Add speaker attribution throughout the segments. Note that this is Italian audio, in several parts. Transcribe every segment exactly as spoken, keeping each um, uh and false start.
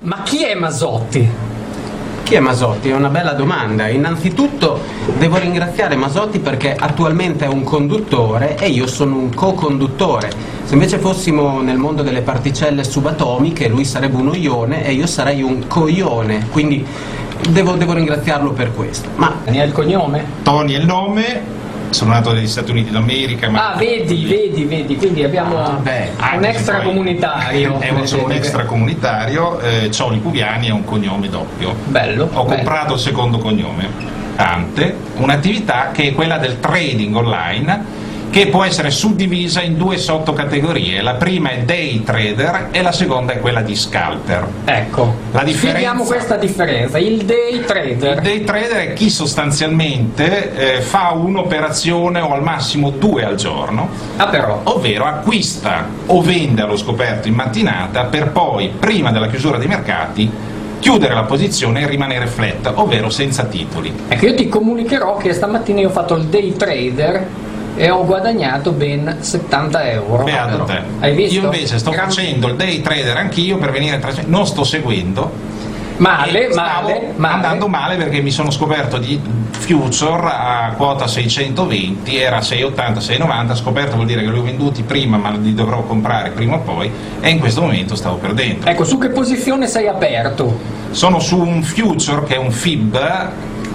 Speaker 1: Ma chi è Masotti?
Speaker 2: Chi è Masotti? È una bella domanda. Innanzitutto devo ringraziare Masotti perché attualmente è un conduttore e io sono un co-conduttore. Se invece fossimo nel mondo delle particelle subatomiche, lui sarebbe un oione e io sarei un coione, quindi devo, devo ringraziarlo per questo. Ma
Speaker 1: Ne ha il cognome?
Speaker 3: Tony è il nome, sono nato negli Stati Uniti d'America. Ma
Speaker 1: Ah, vedi, vedi, vedi, quindi abbiamo
Speaker 2: Ah, beh,
Speaker 1: un extracomunitario.
Speaker 3: È un, sono un extracomunitario, eh, Cioli Puviani è un cognome doppio.
Speaker 1: Bello.
Speaker 3: Ho
Speaker 1: bello.
Speaker 3: comprato il secondo cognome, Ante, un'attività che è quella del trading online, che può essere suddivisa in due sottocategorie. La prima è day trader e la seconda è quella di scalper.
Speaker 1: Ecco,
Speaker 3: La differenza...
Speaker 1: spieghiamo questa differenza. Il day trader.
Speaker 3: Il day trader è chi sostanzialmente eh, fa un'operazione o al massimo due al giorno,
Speaker 1: Ah però.
Speaker 3: ovvero acquista o vende allo scoperto in mattinata per poi, prima della chiusura dei mercati, chiudere la posizione e rimanere flat, ovvero senza titoli.
Speaker 1: Ecco, io ti comunicherò che stamattina io ho fatto il day trader e ho guadagnato ben settanta euro.
Speaker 3: Beato te.
Speaker 1: Hai visto?
Speaker 3: Io invece sto
Speaker 1: Gran...
Speaker 3: facendo il day trader anch'io per venire tra... non sto seguendo.
Speaker 1: Male,
Speaker 3: e stavo
Speaker 1: male, male.
Speaker 3: andando male perché mi sono scoperto di future a quota seicentoventi, era sei ottanta, sei novanta, scoperto vuol dire che li ho venduti prima ma li dovrò comprare prima o poi e in questo momento stavo perdendo.
Speaker 1: Ecco, su che posizione sei aperto?
Speaker 3: Sono su un future che è un F I B.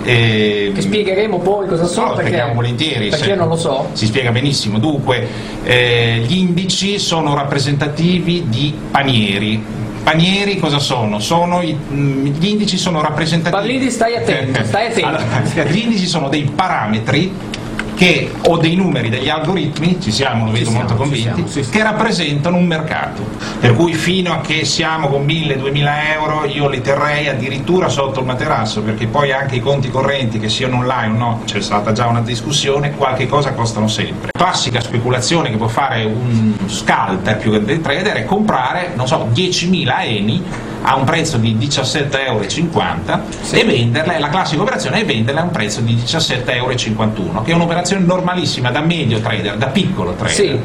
Speaker 3: E...
Speaker 1: Che spiegheremo poi cosa sono,
Speaker 3: no,
Speaker 1: perché,
Speaker 3: spieghiamo volentieri,
Speaker 1: perché
Speaker 3: se...
Speaker 1: io non lo so.
Speaker 3: Si spiega benissimo. Dunque, eh, gli indici sono rappresentativi di panieri. Panieri cosa sono? Sono i, mh, gli indici sono rappresentativi.
Speaker 1: Pallidi, stai attento, stai attento.
Speaker 3: Allora, gli indici sono dei parametri che, o dei numeri, degli algoritmi, ci siamo, lo vedo
Speaker 2: Ci
Speaker 3: molto
Speaker 2: siamo, ci
Speaker 3: convinti,
Speaker 2: siamo, sì, sì.
Speaker 3: che rappresentano un mercato. Per cui fino a che siamo con mille duemila euro io li terrei addirittura sotto il materasso, perché poi anche i conti correnti, che siano online o no, c'è stata già una discussione, qualche cosa costano sempre. Classica speculazione che può fare un scalper più che dei trader è comprare, non so, diecimila Eni a un prezzo di diciassette e cinquanta euro sì. e venderla, la classica operazione è venderla a un prezzo di diciassette e cinquantuno, che è un'operazione normalissima da medio trader, da piccolo trader.
Speaker 1: Sì.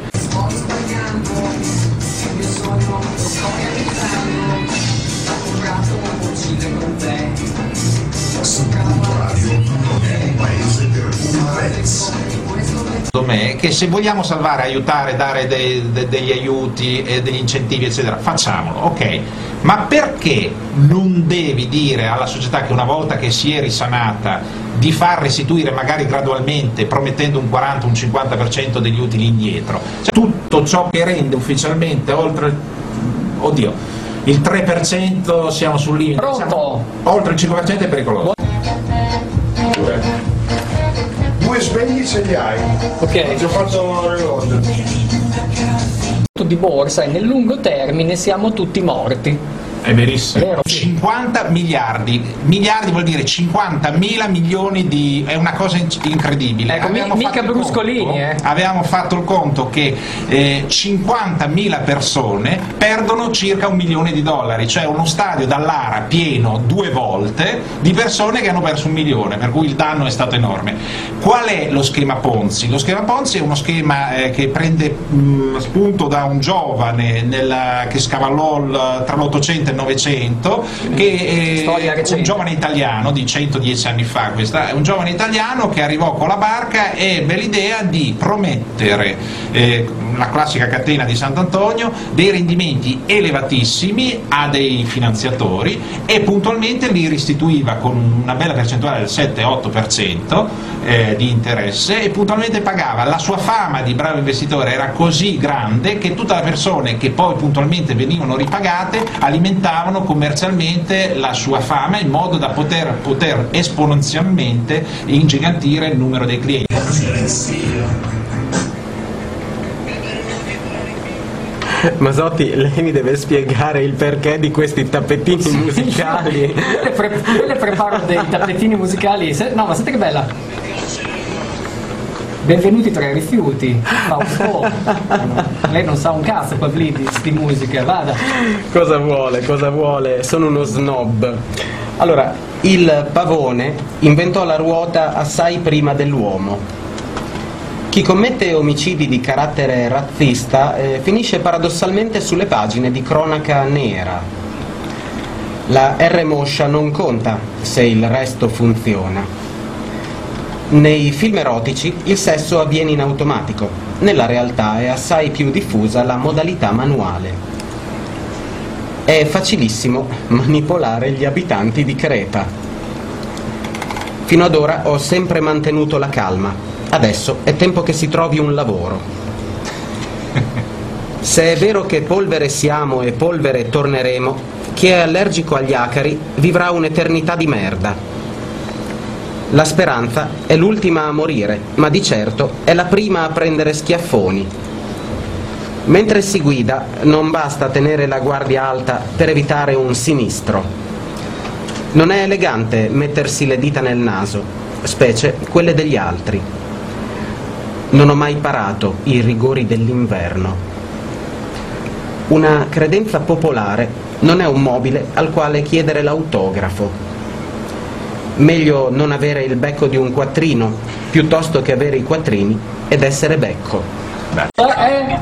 Speaker 3: Me che se vogliamo salvare, aiutare, dare dei, de, degli aiuti e degli incentivi eccetera, facciamolo, ok, ma perché non devi dire alla società che una volta che si è risanata di far restituire magari gradualmente, promettendo un quaranta, un cinquanta per cento degli utili indietro? Cioè, tutto ciò che rende ufficialmente oltre, oddio, il tre per cento siamo sul limite.
Speaker 1: Pronto?
Speaker 3: Siamo, oltre il cinque per cento è pericoloso.
Speaker 4: Due svegli ce li hai.
Speaker 1: Ok.
Speaker 4: Ti ho fatto l'orologio.
Speaker 1: Di borsa e nel lungo termine siamo tutti morti.
Speaker 3: È verissimo.
Speaker 1: Vero?
Speaker 3: cinquanta miliardi, miliardi vuol dire cinquantamila milioni di... è una cosa incredibile.
Speaker 1: Ecco,
Speaker 3: Avevamo
Speaker 1: mica
Speaker 3: fatto il
Speaker 1: bruscolini,
Speaker 3: conto,
Speaker 1: eh.
Speaker 3: Avevamo fatto il conto che eh, cinquantamila persone perdono circa un milione di dollari, cioè uno stadio dall'Ara pieno due volte di persone che hanno perso un milione, per cui il danno è stato enorme. Qual è lo schema Ponzi? Lo schema Ponzi è uno schema eh, che prende mh, spunto da un giovane nella, che scavallò il, tra l'Ottocento e novecento, che è un giovane italiano di centodieci anni fa, questa è un giovane italiano che arrivò con la barca e ebbe l'idea di promettere eh, la classica catena di Sant'Antonio dei rendimenti elevatissimi a dei finanziatori e puntualmente li restituiva con una bella percentuale del sette otto per cento eh, di interesse e puntualmente pagava. La sua fama di bravo investitore era così grande che tutte le persone che poi puntualmente venivano ripagate alimentavano commercialmente la sua fama in modo da poter, poter esponenzialmente ingigantire il numero dei clienti.
Speaker 2: Masotti, lei mi deve spiegare il perché di questi tappetini musicali.
Speaker 1: Io le, pre- io le preparo dei tappetini musicali. Se- no, ma senti che bella. Benvenuti tra i rifiuti. Ma un po'. Lei non sa un cazzo, Pavlidis, di musica, vada.
Speaker 2: Cosa vuole, cosa vuole? Sono uno snob. Allora, il pavone inventò la ruota assai prima dell'uomo. Chi commette omicidi di carattere razzista eh, finisce paradossalmente sulle pagine di cronaca nera. La R-moscia non conta se il resto funziona. Nei film erotici il sesso avviene in automatico, nella realtà è assai più diffusa la modalità manuale. È facilissimo manipolare gli abitanti di Creta. Fino ad ora ho sempre mantenuto la calma, adesso è tempo che si trovi un lavoro. Se è vero che polvere siamo e polvere torneremo, chi è allergico agli acari vivrà un'eternità di merda. La speranza è l'ultima a morire, ma di certo è la prima a prendere schiaffoni. Mentre si guida non basta tenere la guardia alta per evitare un sinistro. Non è elegante mettersi le dita nel naso, specie quelle degli altri. Non ho mai parato i rigori dell'inverno. Una credenza popolare non è un mobile al quale chiedere l'autografo. Meglio non avere il becco di un quattrino piuttosto che avere i quattrini ed essere becco.
Speaker 1: Eh,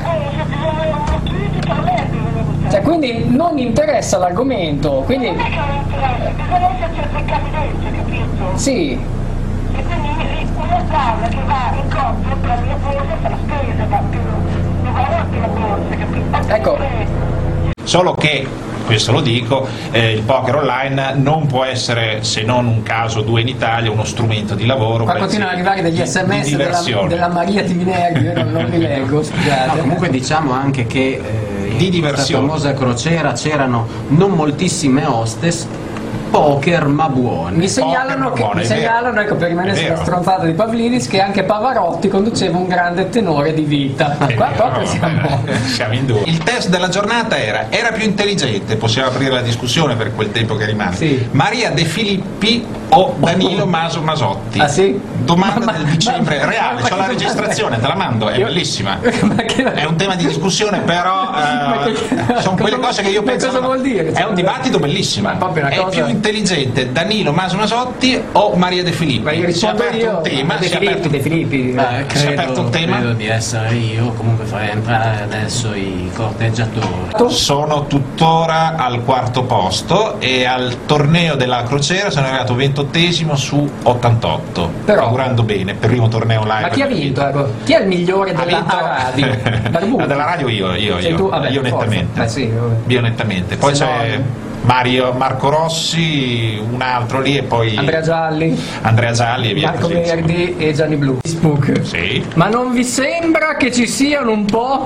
Speaker 1: cioè, quindi non interessa l'argomento, quindi
Speaker 5: bisogna esserci azzeccati dentro, capito?
Speaker 1: sì.
Speaker 5: E quindi una strada che va in coppia per le borse per la spesa, ma più non va avanti la borsa, capito?
Speaker 1: Ecco.
Speaker 3: Solo che, questo lo dico, eh, il poker online non può essere, se non un caso due in Italia, uno strumento di lavoro.
Speaker 1: Qua continuano ad arrivare degli
Speaker 3: di-
Speaker 1: sms
Speaker 3: di
Speaker 1: della,
Speaker 3: diversione.
Speaker 1: della Maria Tivinerdi, io non, non li leggo, scusate.
Speaker 2: No, comunque diciamo anche che eh,
Speaker 3: Di
Speaker 2: in questa
Speaker 3: diversione.
Speaker 2: famosa crociera c'erano non moltissime hostess, poker ma buoni.
Speaker 1: Mi segnalano,
Speaker 3: Poker,
Speaker 1: che,
Speaker 3: buono,
Speaker 1: mi
Speaker 3: è
Speaker 1: segnalano
Speaker 3: vero.
Speaker 1: ecco, per rimanere
Speaker 3: È
Speaker 1: sulla
Speaker 3: vero.
Speaker 1: stronzata di Pavlidis, che anche Pavarotti conduceva un grande tenore di vita.
Speaker 3: È
Speaker 1: Qua
Speaker 3: vero,
Speaker 1: proprio siamo...
Speaker 3: eh, siamo in due. Il test della giornata era: era più intelligente, possiamo aprire la discussione per quel tempo che rimane,
Speaker 1: Sì.
Speaker 3: Maria De Filippi o Danilo Maso Masotti?
Speaker 1: Ah, sì?
Speaker 3: Domanda
Speaker 1: Ma-
Speaker 3: del
Speaker 1: ma-
Speaker 3: dicembre,
Speaker 1: ma-
Speaker 3: reale,
Speaker 1: ma
Speaker 3: c'ho la
Speaker 1: che
Speaker 3: registrazione, te la mando, è
Speaker 1: Io-
Speaker 3: bellissima.
Speaker 1: Ma che-
Speaker 3: È un tema di discussione, però
Speaker 1: Ma
Speaker 3: eh,
Speaker 1: che-
Speaker 3: sono quelle
Speaker 1: cosa-
Speaker 3: cose che io
Speaker 1: ma
Speaker 3: penso.
Speaker 1: cosa vuol dire?
Speaker 3: È un dibattito bellissimo.
Speaker 1: Ma proprio una
Speaker 3: è
Speaker 1: cosa-
Speaker 3: più intelligente Danilo Maso Masotti o Maria De Filippi?
Speaker 1: Ma io
Speaker 3: si è
Speaker 1: rispondo
Speaker 3: aperto
Speaker 1: io,
Speaker 3: un tema,
Speaker 1: De
Speaker 3: si è
Speaker 1: Filippi,
Speaker 3: aperto-
Speaker 1: De Filippi.
Speaker 2: Beh,
Speaker 3: Si è aperto un tema?
Speaker 2: credo di essere io, comunque farei entrare adesso i corteggiatori.
Speaker 3: Sono tuttora al quarto posto e al torneo della crociera sono arrivato ventottesimo su ottantotto,
Speaker 1: Però-
Speaker 3: figurando bene per il primo torneo live.
Speaker 1: Ma chi ha vinto? Ecco? Chi è il migliore
Speaker 3: Ha
Speaker 1: della
Speaker 3: vinto-
Speaker 1: radio? Barbuto.
Speaker 3: Ah, della radio io, io,
Speaker 1: Sei
Speaker 3: io,
Speaker 1: tu? Vabbè,
Speaker 3: io
Speaker 1: forza.
Speaker 3: nettamente.
Speaker 1: Eh sì, vabbè.
Speaker 3: Io nettamente. Poi
Speaker 1: Se
Speaker 3: c'è
Speaker 1: no-
Speaker 3: Mario, Marco Rossi, un altro lì e poi
Speaker 1: Andrea Gialli,
Speaker 3: Andrea Gialli e via
Speaker 1: Marco
Speaker 3: così, insomma.
Speaker 1: Verdi e Gianni Blu. Facebook.
Speaker 3: Sì.
Speaker 1: Ma non vi sembra che ci siano un po'?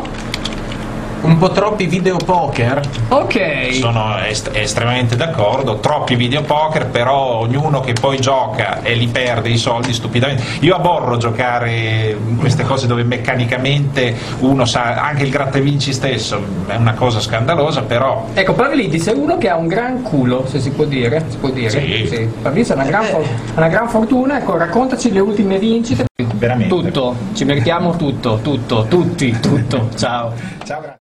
Speaker 2: Un po' troppi videopoker?
Speaker 1: Ok.
Speaker 3: Sono est- estremamente d'accordo, troppi videopoker, però ognuno che poi gioca e li perde i soldi stupidamente. Io aborro giocare in queste cose dove meccanicamente uno sa, anche il gratta e vinci stesso è una cosa scandalosa, però
Speaker 1: Ecco, Pavlidis è uno che ha un gran culo, se si può dire. Si può dire.
Speaker 3: Sì.
Speaker 1: Pavlidis ha una gran, for- una gran fortuna. Ecco, raccontaci le ultime vincite.
Speaker 3: veramente.
Speaker 1: Tutto, ci meritiamo tutto, tutto, tutti, tutto. Ciao.
Speaker 3: Ciao, grazie.